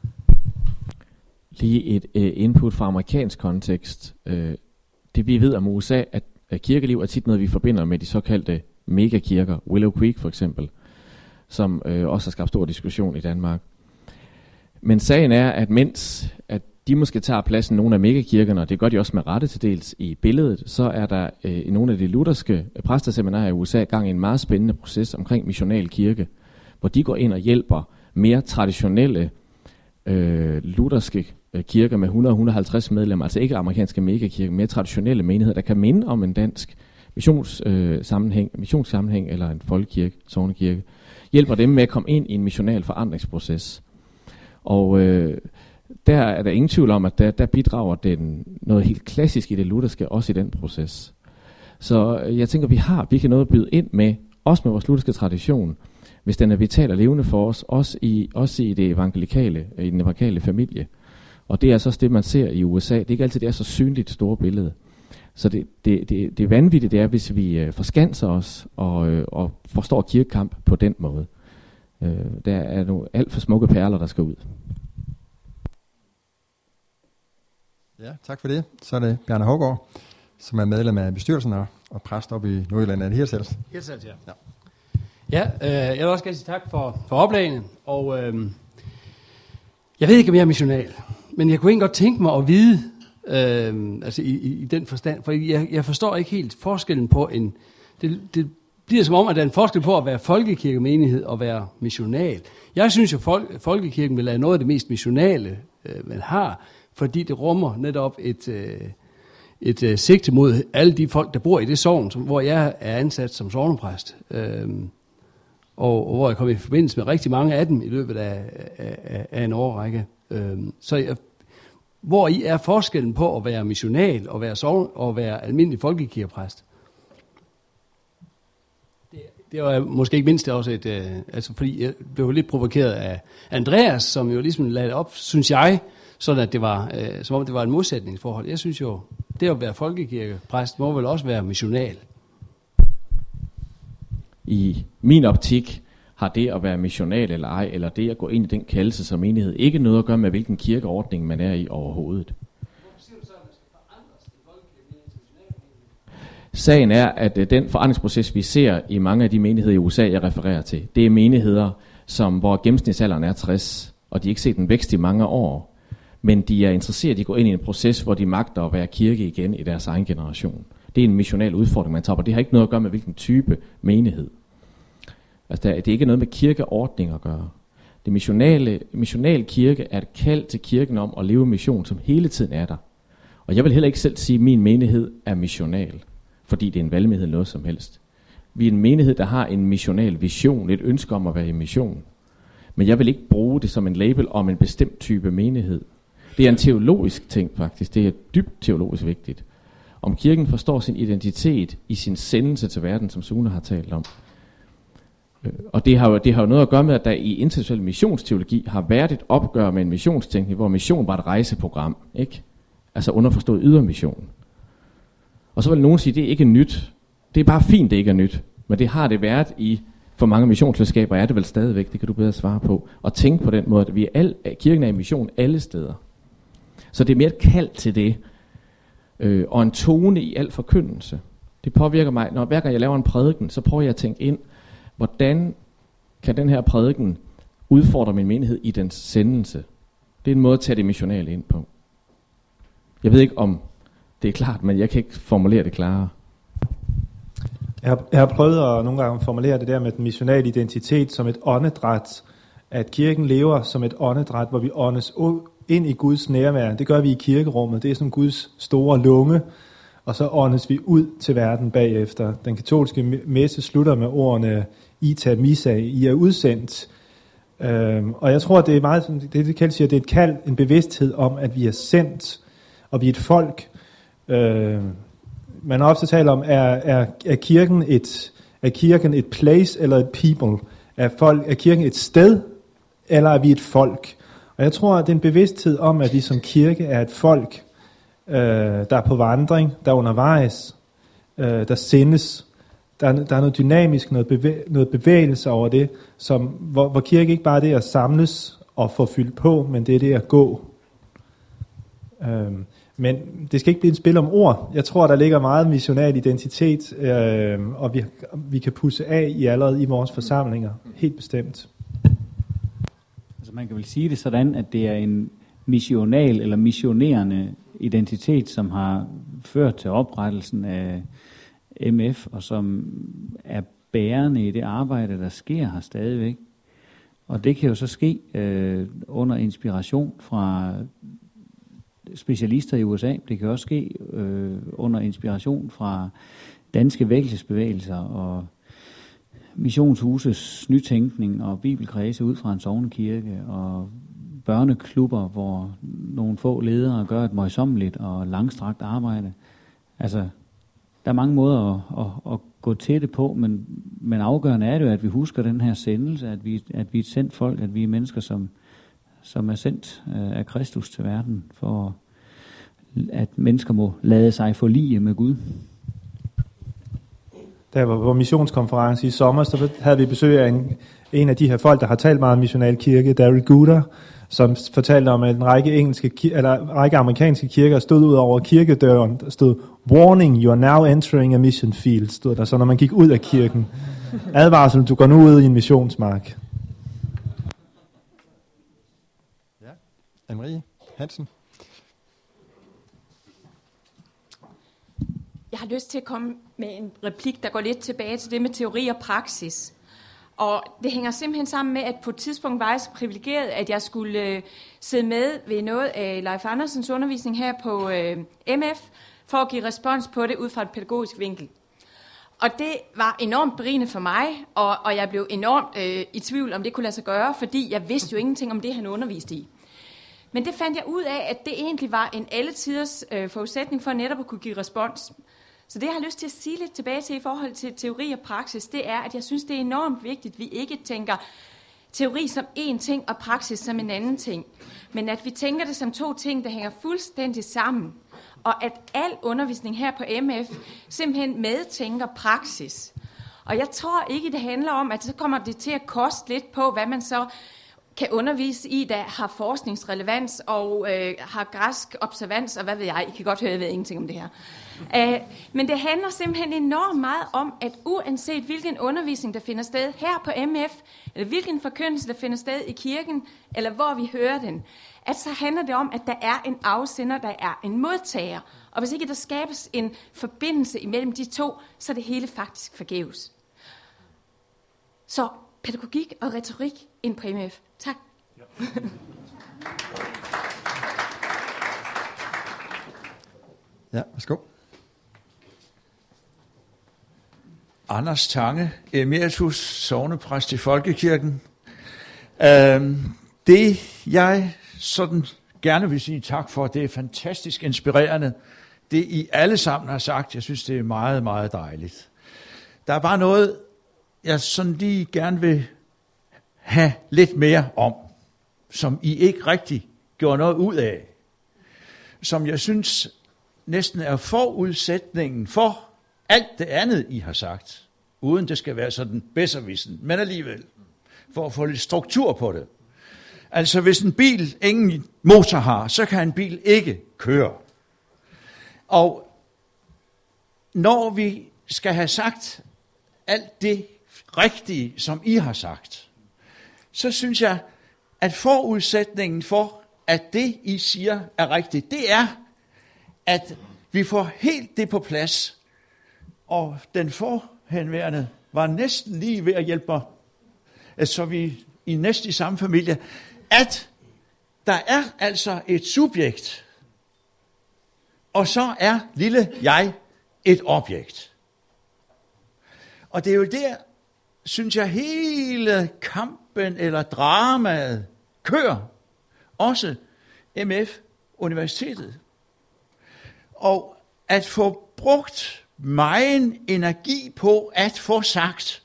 Lige et uh, input fra amerikansk kontekst. Uh, det vi ved om U S A, at kirkeliv er tit noget, vi forbinder med de såkaldte megakirker, Willow Creek for eksempel, som øh, også har skabt stor diskussion i Danmark. Men sagen er, at mens at de måske tager pladsen nogle af megakirkerne, og det gør de også med rette til dels i billedet, så er der øh, i nogle af de lutherske præsteseminarer i U S A gang i en meget spændende proces omkring missional kirke, hvor de går ind og hjælper mere traditionelle øh, lutherske øh, kirker med hundrede til hundrede og halvtreds medlemmer, altså ikke amerikanske megakirker, mere traditionelle menigheder, der kan minde om en dansk missionssammenhæng, øh, missionssammenhæng eller en folkekirke, sognekirke, hjælper dem med at komme ind i en missional forandringsproces. Og øh, der er der ingen tvivl om, at der, der bidrager den noget helt klassisk i det lutherske, også i den proces. Så jeg tænker, vi har vi kan noget at byde ind med, også med vores lutherske tradition, hvis den er vital og levende for os, også i, også i det evangelikale, i den evangelikale familie. Og det er så det, man ser i U S A. Det er ikke altid det er så synligt store billede. Så det, det, det, det vanvittige det er, hvis vi øh, forskanser os og, øh, og forstår kirkekamp på den måde. Øh, der er nogle alt for smukke perler, der skal ud. Ja, tak for det. Så er det Bjarne Haugaard, som er medlem af bestyrelsen og, og præst op i Nordjylland. Er det Hirtshals? Hirtshals, ja. Ja, ja øh, jeg vil også gerne sige tak for, for oplagene. Og øh, jeg ved ikke, om jeg er missional, men jeg kunne egentlig godt tænke mig at vide, øh, altså i, i, i den forstand, for jeg, jeg forstår ikke helt forskellen på en... Det, det bliver som om, at der er en forskel på at være folkekirkemenighed og være missional. Jeg synes jo, at folkekirken vil være noget af det mest missionale, øh, man har, fordi det rummer netop et, øh, et øh, sigte mod alle de folk, der bor i det sogn, som, hvor jeg er ansat som sognepræst. Øh, og, og hvor jeg kommer i forbindelse med rigtig mange af dem i løbet af, af, af en årrække. Øh, så jeg, hvor i er forskellen på at være missional og være, sogn, og være almindelig folkekirkepræst? Det var måske ikke mindst også et, øh, altså fordi jeg blev lidt provokeret af Andreas, som jo ligesom lagde op, synes jeg, sådan at det var, øh, som om det var et modsætningsforhold. Jeg synes jo, det at være folkekirkepræst må vel også være missional. I min optik har det at være missional eller ej, eller det at gå ind i den kaldelse som menighed, ikke noget at gøre med, hvilken kirkeordning man er i overhovedet. Sagen er, at øh, den forandringsproces, vi ser i mange af de menigheder i U S A, jeg refererer til, det er menigheder, som, hvor gennemsnitsalderen er tres, og de har ikke set en vækst i mange år, men de er interesseret i at gå ind i en proces, hvor de magter at være kirke igen i deres egen generation. Det er en missional udfordring, man tager, og det har ikke noget at gøre med, hvilken type menighed. Altså, det er ikke noget med kirkeordning at gøre. Det missionale, missional kirke er et kald til kirken om at leve mission, som hele tiden er der. Og jeg vil heller ikke selv sige, at min menighed er missional, fordi det er en valgmenighed noget som helst. Vi er en menighed, der har en missional vision, et ønske om at være i mission. Men jeg vil ikke bruge det som en label om en bestemt type menighed. Det er en teologisk ting faktisk. Det er dybt teologisk vigtigt. Om kirken forstår sin identitet i sin sendelse til verden, som Sune har talt om. Og det har, jo, det har jo noget at gøre med, at der i international missionsteologi har været et opgør med en missionstænkning, hvor mission var et rejseprogram, ikke? Altså underforstået ydermission. Og så vil nogen sige, at det er ikke nyt. Det er bare fint, det ikke er nyt. Men det har det været i for mange missionsselskaber, er det vel stadigvæk, det kan du bedre svare på. Og tænke på den måde, at vi er al, at kirken er i mission alle steder. Så det er mere et kald til det. Øh, og en tone i al forkyndelse. Det påvirker mig, når hver gang jeg laver en prædiken, så prøver jeg at tænke ind, hvordan kan den her prædiken udfordre min menighed i dens sendelse. Det er en måde at tage det missionale ind på. Jeg ved ikke om det er klart, men jeg kan ikke formulere det klarere. Jeg har, jeg har prøvet at nogle gange formulere det der med den missionale identitet som et åndedræt. At kirken lever som et åndedræt, hvor vi åndes ind i Guds nærvær. Det gør vi i kirkerummet. Det er som Guds store lunge. Og så åndes vi ud til verden bagefter. Den katolske messe slutter med ordene Ita Missa, I er udsendt. Øhm, og jeg tror, det er meget, det det kaldes siger, det er et kald, en bevidsthed om, at vi er sendt, og vi er et folk. Øh, man har ofte talt om, er, er, er, kirken et, er kirken et place eller et people? Er, folk, er kirken et sted, eller er vi et folk? Og jeg tror, at det er en bevidsthed om, at vi som kirke er et folk, øh, der er på vandring, der er undervejs, øh, der sendes. Der er, der er noget dynamisk, noget, bevæ- noget bevægelse over det, som, hvor, hvor kirke ikke bare er det at samles og få fyldt på, men det er det at gå. Øh, Men det skal ikke blive et spil om ord. Jeg tror, der ligger meget missional identitet, øh, og vi, vi kan pusse af i allerede i vores forsamlinger. Helt bestemt. Altså man kan vel sige det sådan, at det er en missional eller missionerende identitet, som har ført til oprettelsen af M F, og som er bærende i det arbejde, der sker her stadigvæk. Og det kan jo så ske øh, under inspiration fra specialister i U S A. Det kan også ske øh, under inspiration fra danske vækkelsesbevægelser og missionshuses nytænkning og bibelkredse ud fra en sognekirke og børneklubber, hvor nogle få ledere gør et møjsommeligt og langstrakt arbejde. Altså, der er mange måder at, at, at gå til det på, men, men afgørende er det jo, at vi husker den her sendelse, at vi, at vi er et sendt folk, at vi er mennesker, som, som er sendt øh, af Kristus til verden, for at mennesker må lade sig forlige med Gud. Da jeg var på missionskonference i sommer, så havde vi besøg af en, en af de her folk, der har talt meget om missional kirke, Daryl Guder, som fortalte om, at en række, engelske, eller en række amerikanske kirker stod ud over kirkedøren, der stod, "Warning, you are now entering a mission field", stod der så, når man gik ud af kirken. Advarsel, du går nu ud i en missionsmark. Ja, Anne-Marie Hansen. Jeg har lyst til at komme med en replik, der går lidt tilbage til det med teori og praksis. Og det hænger simpelthen sammen med, at på et tidspunkt var jeg så privilegeret, at jeg skulle øh, sidde med ved noget af Leif Andersens undervisning her på øh, M F, for at give respons på det ud fra et pædagogisk vinkel. Og det var enormt berigende for mig, og, og jeg blev enormt øh, i tvivl, om det kunne lade sig gøre, fordi jeg vidste jo ingenting om det, han underviste i. Men det fandt jeg ud af, at det egentlig var en alletiders øh, forudsætning for netop at kunne give respons. Så det, jeg har lyst til at sige lidt tilbage til i forhold til teori og praksis, det er, at jeg synes, det er enormt vigtigt, at vi ikke tænker teori som én ting og praksis som en anden ting, men at vi tænker det som to ting, der hænger fuldstændig sammen, og at al undervisning her på M F simpelthen medtænker praksis. Og jeg tror ikke, det handler om, at så kommer det til at koste lidt på, hvad man så kan undervise i, der har forskningsrelevans og øh, har græsk observans, og hvad ved jeg, I kan godt høre, jeg ved ingenting om det her. Uh, men det handler simpelthen enormt meget om, at uanset hvilken undervisning, der finder sted her på M F, eller hvilken forkyndelse, der finder sted i kirken, eller hvor vi hører den, at så handler det om, at der er en afsender, der er en modtager. Og hvis ikke der skabes en forbindelse imellem de to, så er det hele faktisk forgæves. Så pædagogik og retorik ind på M F. Tak. Ja, værsgo. Anders Tange, emeritus, sognepræst i Folkekirken. Øhm, det jeg sådan gerne vil sige tak for, det er fantastisk inspirerende. Det I alle sammen har sagt, jeg synes det er meget, meget dejligt. Der er bare noget, jeg sådan lige gerne vil have lidt mere om, som I ikke rigtig gjorde noget ud af. Som jeg synes næsten er forudsætningen for alt det andet, I har sagt, uden det skal være sådan bedservissen, men alligevel, for at få lidt struktur på det. Altså, hvis en bil ingen motor har, så kan en bil ikke køre. Og når vi skal have sagt alt det rigtige, som I har sagt, så synes jeg, at forudsætningen for, at det, I siger, er rigtigt, det er, at vi får helt det på plads. Og den forhenværende var næsten lige ved at hjælpe mig, så vi i næsten i samme familie, at der er altså et subjekt, og så er lille jeg et objekt. Og det er jo der, synes jeg, hele kampen eller dramaet kører, også M F-universitetet. Og at få brugt megen energi på at få sagt,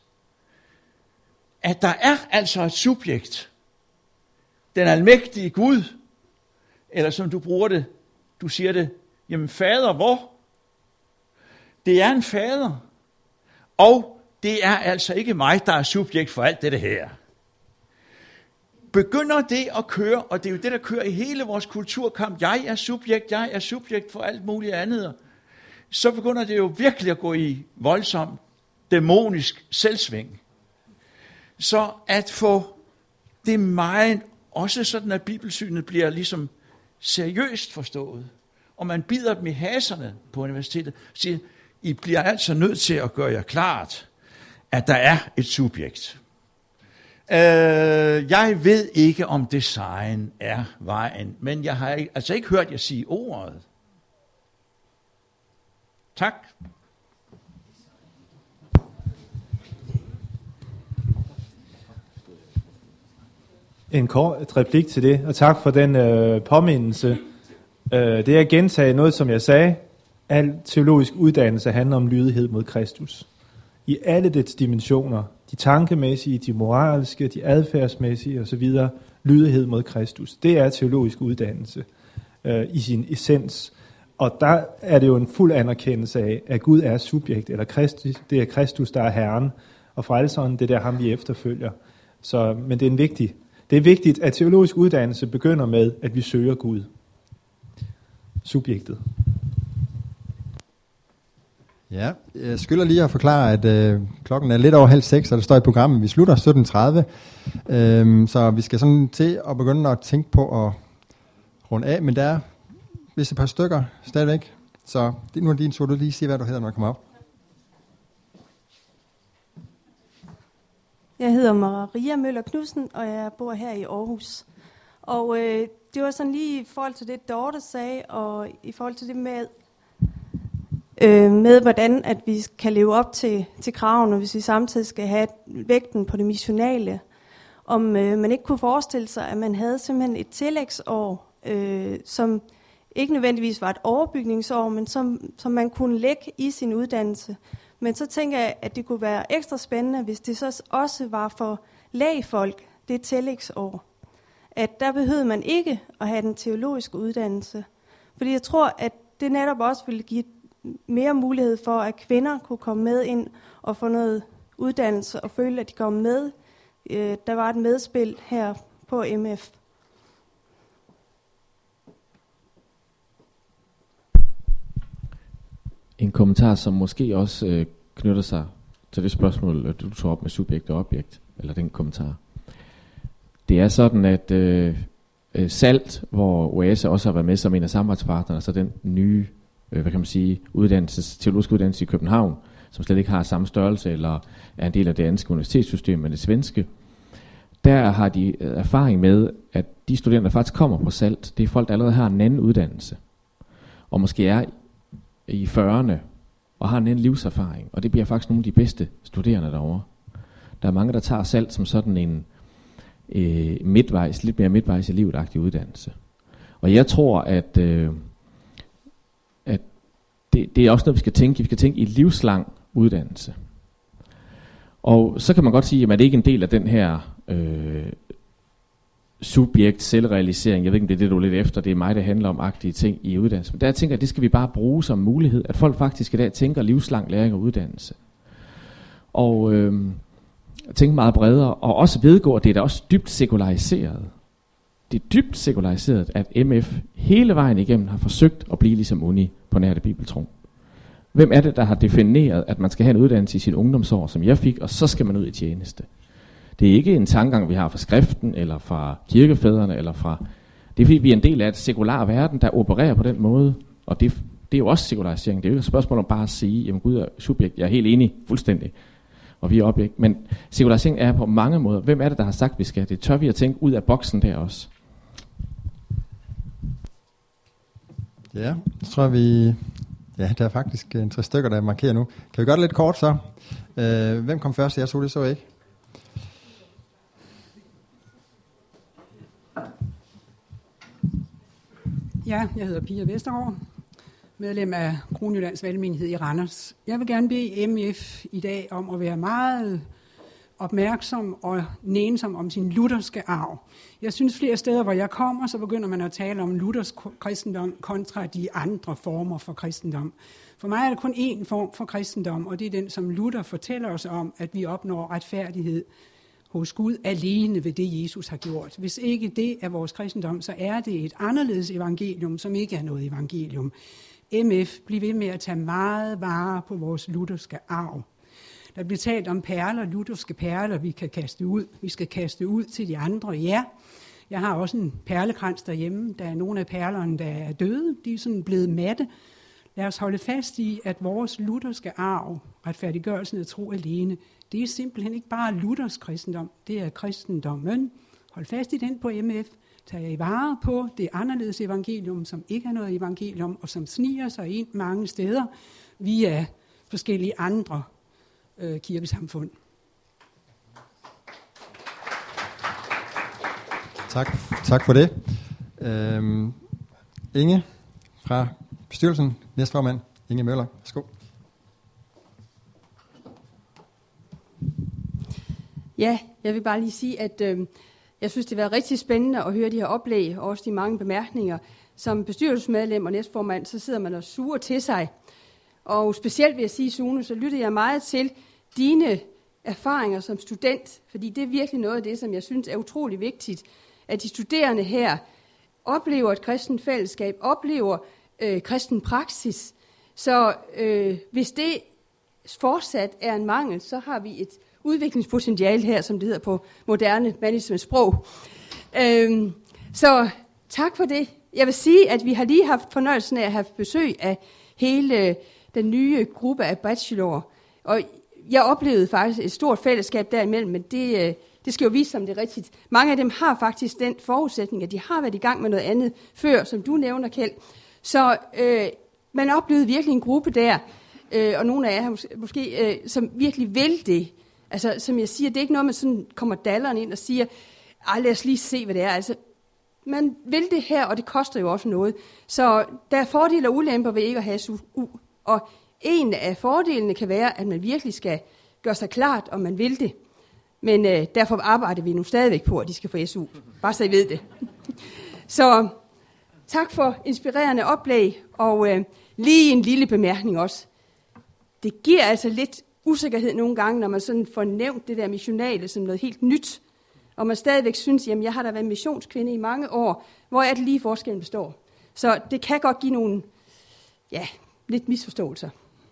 at der er altså et subjekt, den almægtige Gud, eller som du bruger det, du siger det, jamen fader hvor? Det er en fader, og det er altså ikke mig, der er subjekt for alt det her. Begynder det at køre, og det er jo det, der kører i hele vores kulturkamp, jeg er subjekt, jeg er subjekt for alt muligt andet, så begynder det jo virkelig at gå i voldsom, dæmonisk selvsving. Så at få det meget også sådan, at bibelsynet bliver ligesom seriøst forstået. Og man bider dem i haserne på universitetet, siger, I bliver altså nødt til at gøre jer klart, at der er et subjekt. Øh, jeg ved ikke, om design er vejen, men jeg har ikke, altså ikke hørt jer sige ordet. Tak. En kort replik til det, og tak for den øh, påmindelse. Øh, det er at gentage noget, som jeg sagde. Al teologisk uddannelse handler om lydighed mod Kristus. I alle dets dimensioner, de tankemæssige, de moralske, de adfærdsmæssige osv., lydighed mod Kristus. Det er teologisk uddannelse øh, i sin essens. Og der er det jo en fuld anerkendelse af, at Gud er subjekt, eller Kristus, det er Kristus, der er Herren, og frelseren, det er der ham, vi efterfølger. Så, men det er en vigtig Det er vigtigt, at teologisk uddannelse begynder med, at vi søger Gud. Subjektet. Ja, jeg skylder lige at forklare, at øh, klokken er lidt over halv seks, og der står i programmet, at vi slutter sytten tredive. Øhm, så vi skal sådan til at begynde at tænke på at runde af, men der er vist et par stykker stadigvæk. Så det, nu er din tur, du lige sige, hvad du hedder, når du kommer op. Jeg hedder Maria Møller Knudsen, og jeg bor her i Aarhus. Og øh, det var sådan lige i forhold til det, Dorte sagde, og i forhold til det med, øh, med hvordan at vi kan leve op til, til kravene, hvis vi samtidig skal have vægten på det missionale. Om øh, man ikke kunne forestille sig, at man havde simpelthen et tillægsår, øh, som ikke nødvendigvis var et overbygningsår, men som, som man kunne lægge i sin uddannelse. Men så tænker jeg, at det kunne være ekstra spændende, hvis det så også var for lægfolk, det tillægsår. At der behøvede man ikke at have den teologiske uddannelse. Fordi jeg tror, at det netop også ville give mere mulighed for, at kvinder kunne komme med ind og få noget uddannelse og føle, at de kom med. Der var et medspil her på M F. En kommentar, som måske også øh, knytter sig til det spørgsmål, du tog op med subjekt og objekt, eller den kommentar. Det er sådan, at øh, SALT, hvor O A S også har været med som en af samarbejdspartnerne, så den nye, øh, hvad kan man sige, uddannelses, teologisk uddannelse i København, som slet ikke har samme størrelse, eller er en del af det danske universitetssystem, men det svenske, der har de erfaring med, at de studerende, der faktisk kommer på SALT, det er folk, der allerede har en anden uddannelse, og måske er i fyrrerne, og har en anden livserfaring, og det bliver faktisk nogle af de bedste studerende derovre. Der er mange, der tager SALT som sådan en øh, midtvejs, lidt mere midtvejs i livet-agtig uddannelse. Og jeg tror, at, øh, at det, det er også noget, vi skal tænke i. Vi skal tænke i livslang uddannelse. Og så kan man godt sige, at det ikke er en del af den her øh, subjekt, selvrealisering, jeg ved ikke, om det er det, du er lidt efter, det er mig, der handler om agtige ting i uddannelse. Men der tænker jeg, at det skal vi bare bruge som mulighed, at folk faktisk i dag tænker livslang læring og uddannelse. Og øh, tænke meget bredere, og også vedgå, at det er da også dybt sekulariseret. Det er dybt sekulariseret, at M F hele vejen igennem har forsøgt at blive ligesom uni på nær det bibeltro. Hvem er det, der har defineret, at man skal have en uddannelse i sin ungdomsår, som jeg fik, og så skal man ud i tjeneste? Det er ikke en tankegang, vi har fra skriften, eller fra kirkefædrene, eller fra... Det er fordi, vi er en del af et sekular verden, der opererer på den måde, og det, det er jo også sekularisering. Det er jo ikke et spørgsmål om bare at sige, jamen Gud er subjekt, jeg er helt enig, fuldstændig, og vi er objekt. Men sekularisering er på mange måder. Hvem er det, der har sagt, vi skal? Det tør vi at tænke ud af boksen der også. Ja, så tror jeg, vi... Ja, der er faktisk en tre stykker, der markerer nu. Kan vi gøre det lidt kort så? Øh, hvem kom først? Jeg så det så ikke. Ja, jeg hedder Pia Vestergaard, medlem af Kronjyllands Valgmenighed i Randers. Jeg vil gerne bede M F i dag om at være meget opmærksom og nænsom om sin lutherske arv. Jeg synes flere steder, hvor jeg kommer, så begynder man at tale om Luthers kristendom kontra de andre former for kristendom. For mig er der kun én form for kristendom, og det er den, som Luther fortæller os om, at vi opnår retfærdighed hos Gud alene ved det, Jesus har gjort. Hvis ikke det er vores kristendom, så er det et anderledes evangelium, som ikke er noget evangelium. M F bliver ved med at tage meget vare på vores lutherske arv. Der bliver talt om perler, lutherske perler, vi kan kaste ud. Vi skal kaste ud til de andre, ja. Jeg har også en perlekrans derhjemme. Der er nogle af perlerne, der er døde. De er sådan blevet matte. Lad os holde fast i, at vores lutherske arv, retfærdiggørelsen af tro alene, det er simpelthen ikke bare Luthers kristendom, det er kristendommen. Hold fast i den på M F. Tag I vare på det anderledes evangelium, som ikke er noget evangelium, og som sniger sig ind mange steder via forskellige andre øh, kirkesamfund. Tak, tak for det. Øhm, Inge fra bestyrelsen, næstformand, Inge Møller. Værsgo. Ja, jeg vil bare lige sige, at øh, jeg synes, det har været rigtig spændende at høre de her oplæg, og også de mange bemærkninger. Som bestyrelsesmedlem og næstformand, så sidder man og suger til sig. Og specielt vil jeg sige, Sune, så lytter jeg meget til dine erfaringer som student, fordi det er virkelig noget af det, som jeg synes er utrolig vigtigt, at de studerende her oplever et kristent fællesskab, oplever øh, kristen praksis. Så øh, hvis det fortsat er en mangel, så har vi et udviklingspotentiale her, som det hedder på moderne managementsprog. Øhm, så tak for det. Jeg vil sige, at vi har lige haft fornøjelsen af at have besøg af hele den nye gruppe af bachelorer. Og jeg oplevede faktisk et stort fællesskab derimellem, men det, det skal jo vise sig, om det er rigtigt. Mange af dem har faktisk den forudsætning, at de har været i gang med noget andet før, som du nævner, Kjeld. Så øh, man oplevede virkelig en gruppe der, øh, og nogle af jer måske, måske øh, som virkelig vil det. Altså, som jeg siger, det er ikke noget, man sådan kommer dalleren ind og siger, ej, lad os lige se, hvad det er. Altså, man vil det her, og det koster jo også noget. Så der er fordele og ulemper ved ikke at have S U. Og en af fordelene kan være, at man virkelig skal gøre sig klart, om man vil det. Men øh, derfor arbejder vi nu stadigvæk på, at de skal få S U. Bare så I ved det. Så tak for inspirerende oplæg, og øh, lige en lille bemærkning også. Det giver altså lidt usikkerhed nogle gange, når man sådan får nævnt det der missionale som noget helt nyt, og man stadigvæk synes, jamen jeg har da været missionskvinde i mange år, hvor er det lige forskellen består. Så det kan godt give nogle, ja, lidt misforståelser.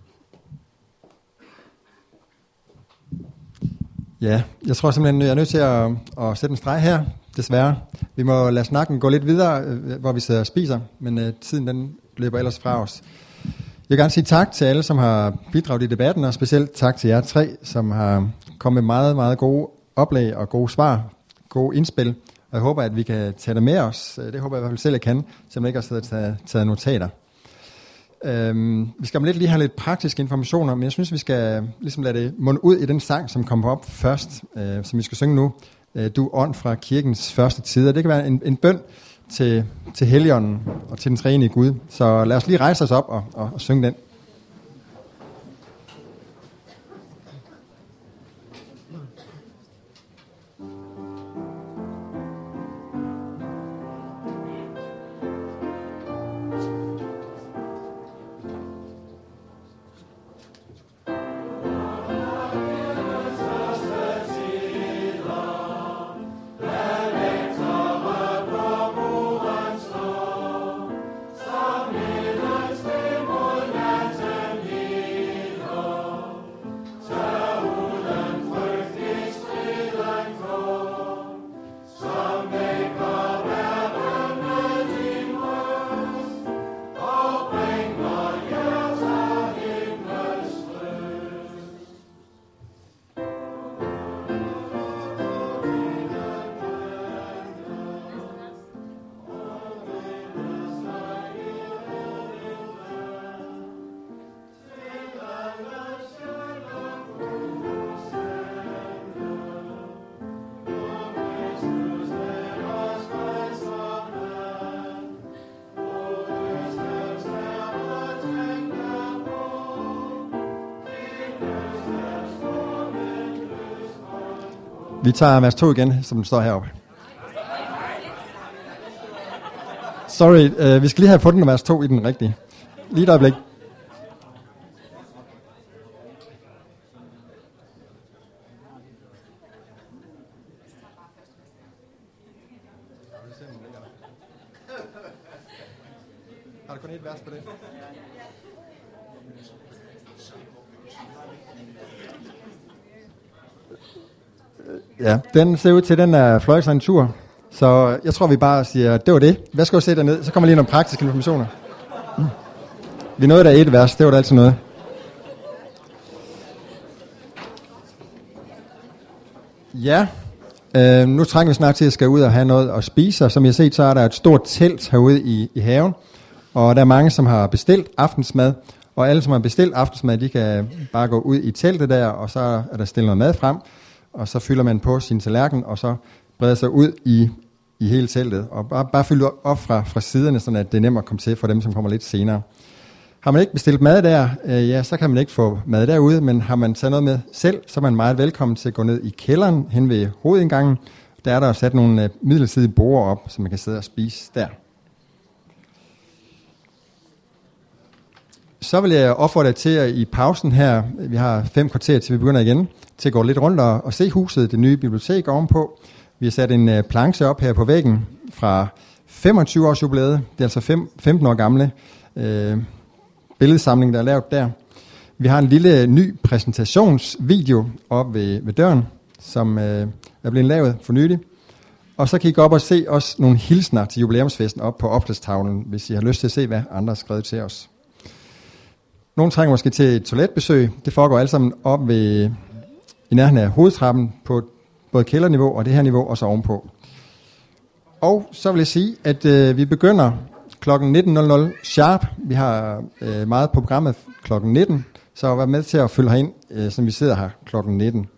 Ja, jeg tror simpelthen, jeg er nødt til at, at sætte en streg her, desværre. Vi må lade snakken gå lidt videre, hvor vi sidder og spiser, men uh, tiden den løber ellers fra os. Jeg vil gerne sige tak til alle, som har bidraget i debatten, og specielt tak til jer tre, som har kommet med meget, meget gode oplæg og gode svar, gode indspil. Og jeg håber, at vi kan tage det med os. Det håber jeg i hvert fald selv, jeg kan, selvom jeg ikke har siddet og taget, taget notater. Øhm, vi skal lidt lige have lidt praktiske informationer, men jeg synes, vi skal ligesom lade det munde ud i den sang, som kommer op først, øh, som vi skal synge nu. Øh, du ånd fra kirkens første tider. Det kan være en, en bøn til, til Helligånden og til den treenige Gud. Så lad os lige rejse os op og, og, og synge den. Vi tager vers to igen, som den står heroppe. Sorry, øh, vi skal lige have fundet vers to i den rigtige. Lige et øjeblik. Har du kun et vers på det? Ja, den ser ud til, den er fløjet sig en tur. Så jeg tror, vi bare siger, det var det. Hvad skal du se derned? Så kommer lige nogle praktiske informationer. Vi nåede der et vers, det var der altid noget. Ja, øh, nu trænger vi snart til at skal ud og have noget at spise, og som I har set, så er der et stort telt herude i, i haven, og der er mange, som har bestilt aftensmad, og alle, som har bestilt aftensmad, de kan bare gå ud i teltet der, og så er der stillet noget mad frem, og så fylder man på sin tallerken, og så breder sig ud i, i hele teltet, og bare, bare fylder op fra, fra siderne, så det er nemt at komme til for dem, som kommer lidt senere. Har man ikke bestilt mad der, øh, ja, så kan man ikke få mad derude, men har man taget noget med selv, så er man meget velkommen til at gå ned i kælderen hen ved hovedindgangen. Der er der sat nogle øh, midlertidige borde op, så man kan sidde og spise der. Så vil jeg opfordre dig til at i pausen her, vi har fem kvarter til vi begynder igen, til at gå lidt rundt og, og se huset, det nye bibliotek ovenpå. Vi har sat en øh, planche op her på væggen fra femogtyve års jubilæet. Det er altså fem, femten år gamle øh, billedsamling, der er lavet der. Vi har en lille ny præsentationsvideo op ved, ved døren, som øh, er blevet lavet for nylig. Og så kan I gå op og se også nogle hilsner til jubilæumsfesten op på opslagstavlen, hvis I har lyst til at se, hvad andre har skrevet til os. Nogle trænger måske til et toiletbesøg. Det foregår alle sammen op ved, i nærheden af hovedtrappen på både kælderniveau og det her niveau, og så ovenpå. Og så vil jeg sige, at øh, vi begynder klokken nitten sharp. Vi har øh, meget på programmet klokken nitten, så vær med til at følge herind, øh, som vi sidder her klokken nitten.